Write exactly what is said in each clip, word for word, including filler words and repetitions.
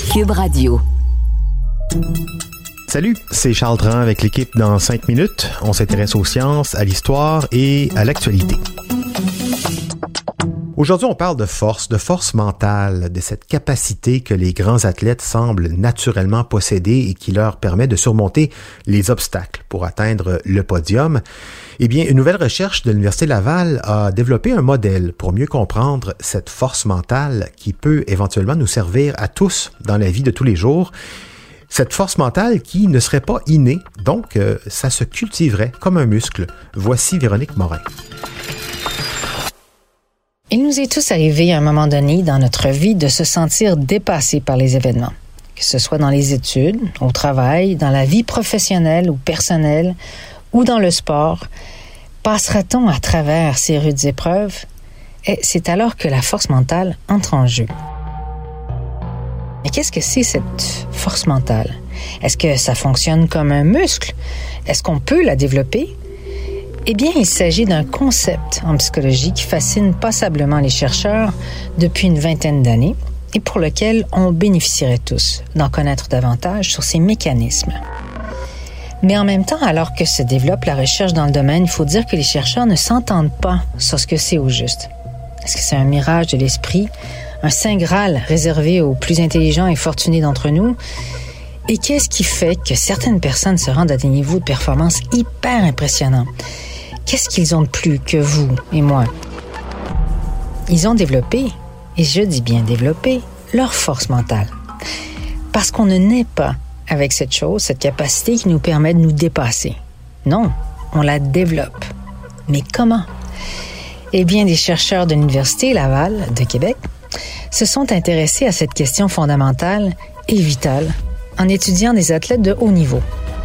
Cube Radio. Salut, c'est Charles Dran avec l'équipe dans cinq minutes. On s'intéresse aux sciences, à l'histoire et à l'actualité. Aujourd'hui, on parle de force, de force mentale, de cette capacité que les grands athlètes semblent naturellement posséder et qui leur permet de surmonter les obstacles pour atteindre le podium. Eh bien, une nouvelle recherche de l'Université Laval a développé un modèle pour mieux comprendre cette force mentale qui peut éventuellement nous servir à tous dans la vie de tous les jours. Cette force mentale qui ne serait pas innée, donc euh, ça se cultiverait comme un muscle. Voici Véronique Morin. Il nous est tous arrivé à un moment donné dans notre vie de se sentir dépassés par les événements, que ce soit dans les études, au travail, dans la vie professionnelle ou personnelle, ou dans le sport. Passera-t-on à travers ces rudes épreuves? Et c'est alors que la force mentale entre en jeu. Mais qu'est-ce que c'est cette force mentale? Est-ce que ça fonctionne comme un muscle? Est-ce qu'on peut la développer? Eh bien, il s'agit d'un concept en psychologie qui fascine passablement les chercheurs depuis une vingtaine d'années et pour lequel on bénéficierait tous d'en connaître davantage sur ces mécanismes. Mais en même temps, alors que se développe la recherche dans le domaine, il faut dire que les chercheurs ne s'entendent pas sur ce que c'est au juste. Est-ce que c'est un mirage de l'esprit, un saint graal réservé aux plus intelligents et fortunés d'entre nous? Et qu'est-ce qui fait que certaines personnes se rendent à des niveaux de performance hyper impressionnants? Qu'est-ce qu'ils ont de plus que vous et moi? Ils ont développé, et je dis bien développé, leur force mentale. Parce qu'on ne naît pas avec cette chose, cette capacité qui nous permet de nous dépasser. Non, on la développe. Mais comment? Eh bien, des chercheurs de l'Université Laval de Québec se sont intéressés à cette question fondamentale et vitale en étudiant des athlètes de haut niveau.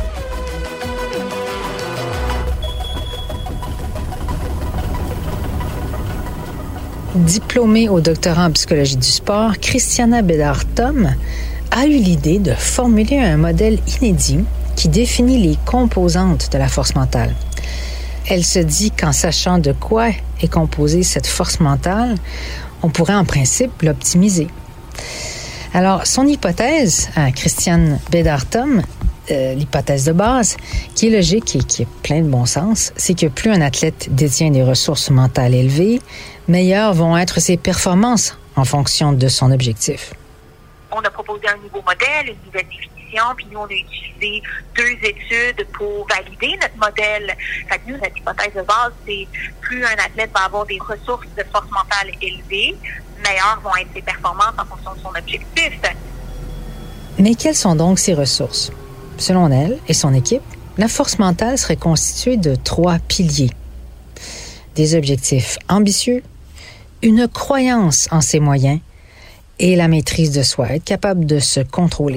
Diplômée au doctorat en psychologie du sport, Christiana Bédard-Tom a eu l'idée de formuler un modèle inédit qui définit les composantes de la force mentale. Elle se dit qu'en sachant de quoi est composée cette force mentale, on pourrait en principe l'optimiser. Alors, son hypothèse, à Christiane Bédard-Tom, euh, l'hypothèse de base, qui est logique et qui est plein de bon sens, c'est que plus un athlète détient des ressources mentales élevées, meilleures vont être ses performances en fonction de son objectif. On a proposé un nouveau modèle, une nouvelle définition, puis nous, on a utilisé deux études pour valider notre modèle. Fait que nous, notre hypothèse de base, c'est plus un athlète va avoir des ressources de force mentale élevées, meilleures vont être ses performances en fonction de son objectif. Mais quelles sont donc ces ressources? Selon elle et son équipe, la force mentale serait constituée de trois piliers. Des objectifs ambitieux, une croyance en ses moyens et la maîtrise de soi, être capable de se contrôler.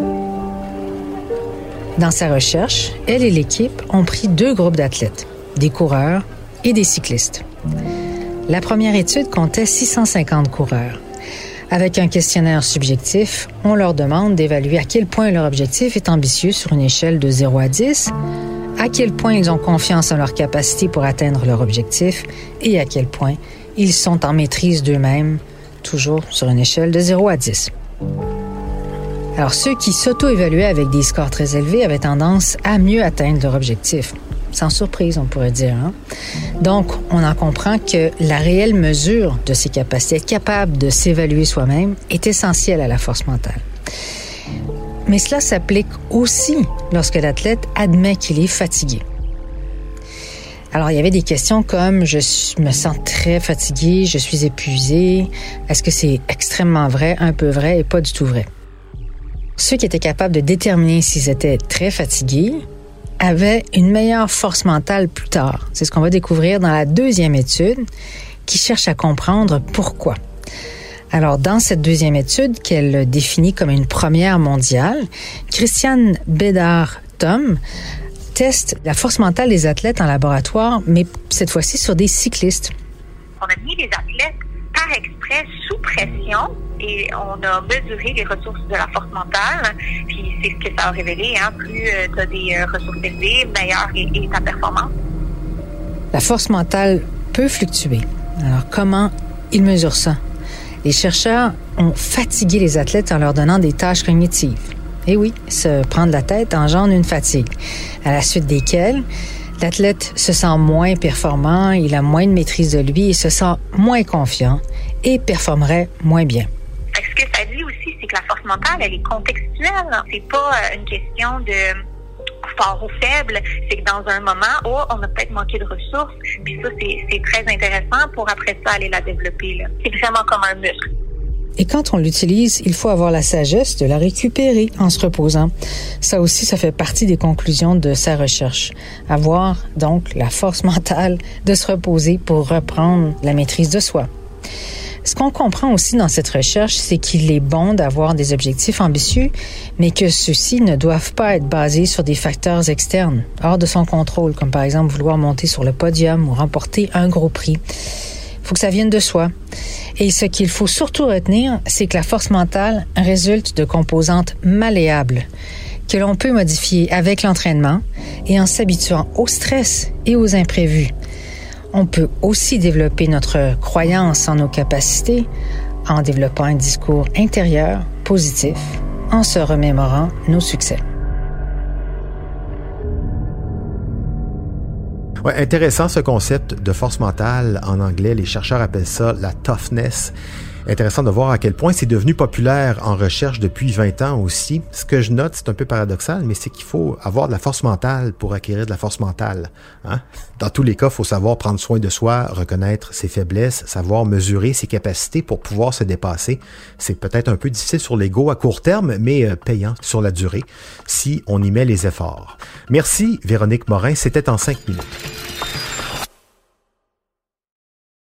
Dans sa recherche, elle et l'équipe ont pris deux groupes d'athlètes, des coureurs et des cyclistes. La première étude comptait six cent cinquante coureurs. Avec un questionnaire subjectif, on leur demande d'évaluer à quel point leur objectif est ambitieux sur une échelle de zéro à dix, à quel point ils ont confiance en leur capacité pour atteindre leur objectif et à quel point ils sont en maîtrise d'eux-mêmes, toujours sur une échelle de zéro à dix. Alors, ceux qui s'auto-évaluaient avec des scores très élevés avaient tendance à mieux atteindre leur objectif. Sans surprise, on pourrait dire. Hein? Donc, on en comprend que la réelle mesure de ses capacités, être capable de s'évaluer soi-même, est essentielle à la force mentale. Mais cela s'applique aussi lorsque l'athlète admet qu'il est fatigué. Alors, il y avait des questions comme « je me sens très fatigué, je suis épuisé ». Est-ce que c'est extrêmement vrai, un peu vrai et pas du tout vrai? Ceux qui étaient capables de déterminer s'ils étaient très fatigués avaient une meilleure force mentale plus tard. C'est ce qu'on va découvrir dans la deuxième étude qui cherche à comprendre pourquoi. Alors, dans cette deuxième étude qu'elle définit comme une première mondiale, Christiane Bédard-Tom teste la force mentale des athlètes en laboratoire, mais cette fois-ci sur des cyclistes. On a mis les athlètes par exprès sous pression et on a mesuré les ressources de la force mentale. Puis c'est ce que ça a révélé. Hein? Plus euh, tu as des euh, ressources élevées, meilleure est, est ta performance. La force mentale peut fluctuer. Alors comment ils mesurent ça? Les chercheurs ont fatigué les athlètes en leur donnant des tâches cognitives. Et oui, se prendre la tête engendre une fatigue, à la suite desquelles l'athlète se sent moins performant, il a moins de maîtrise de lui, il se sent moins confiant et performerait moins bien. Ce que ça dit aussi, c'est que la force mentale, elle est contextuelle. C'est pas une question de fort ou faible, c'est que dans un moment, oh, on a peut-être manqué de ressources, puis ça, c'est, c'est très intéressant pour après ça aller la développer, là. C'est vraiment comme un muscle. Et quand on l'utilise, il faut avoir la sagesse de la récupérer en se reposant. Ça aussi, ça fait partie des conclusions de sa recherche. Avoir donc la force mentale de se reposer pour reprendre la maîtrise de soi. Ce qu'on comprend aussi dans cette recherche, c'est qu'il est bon d'avoir des objectifs ambitieux, mais que ceux-ci ne doivent pas être basés sur des facteurs externes, hors de son contrôle, comme par exemple vouloir monter sur le podium ou remporter un gros prix. Il faut que ça vienne de soi. Et ce qu'il faut surtout retenir, c'est que la force mentale résulte de composantes malléables que l'on peut modifier avec l'entraînement et en s'habituant au stress et aux imprévus. On peut aussi développer notre croyance en nos capacités en développant un discours intérieur positif, en se remémorant nos succès. Ouais, intéressant ce concept de force mentale. En anglais, les chercheurs appellent ça la toughness. Intéressant de voir à quel point c'est devenu populaire en recherche depuis vingt ans aussi. Ce que je note, c'est un peu paradoxal, mais c'est qu'il faut avoir de la force mentale pour acquérir de la force mentale. Hein? Dans tous les cas, il faut savoir prendre soin de soi, reconnaître ses faiblesses, savoir mesurer ses capacités pour pouvoir se dépasser. C'est peut-être un peu difficile sur l'ego à court terme, mais payant sur la durée si on y met les efforts. Merci Véronique Morin, c'était en cinq minutes.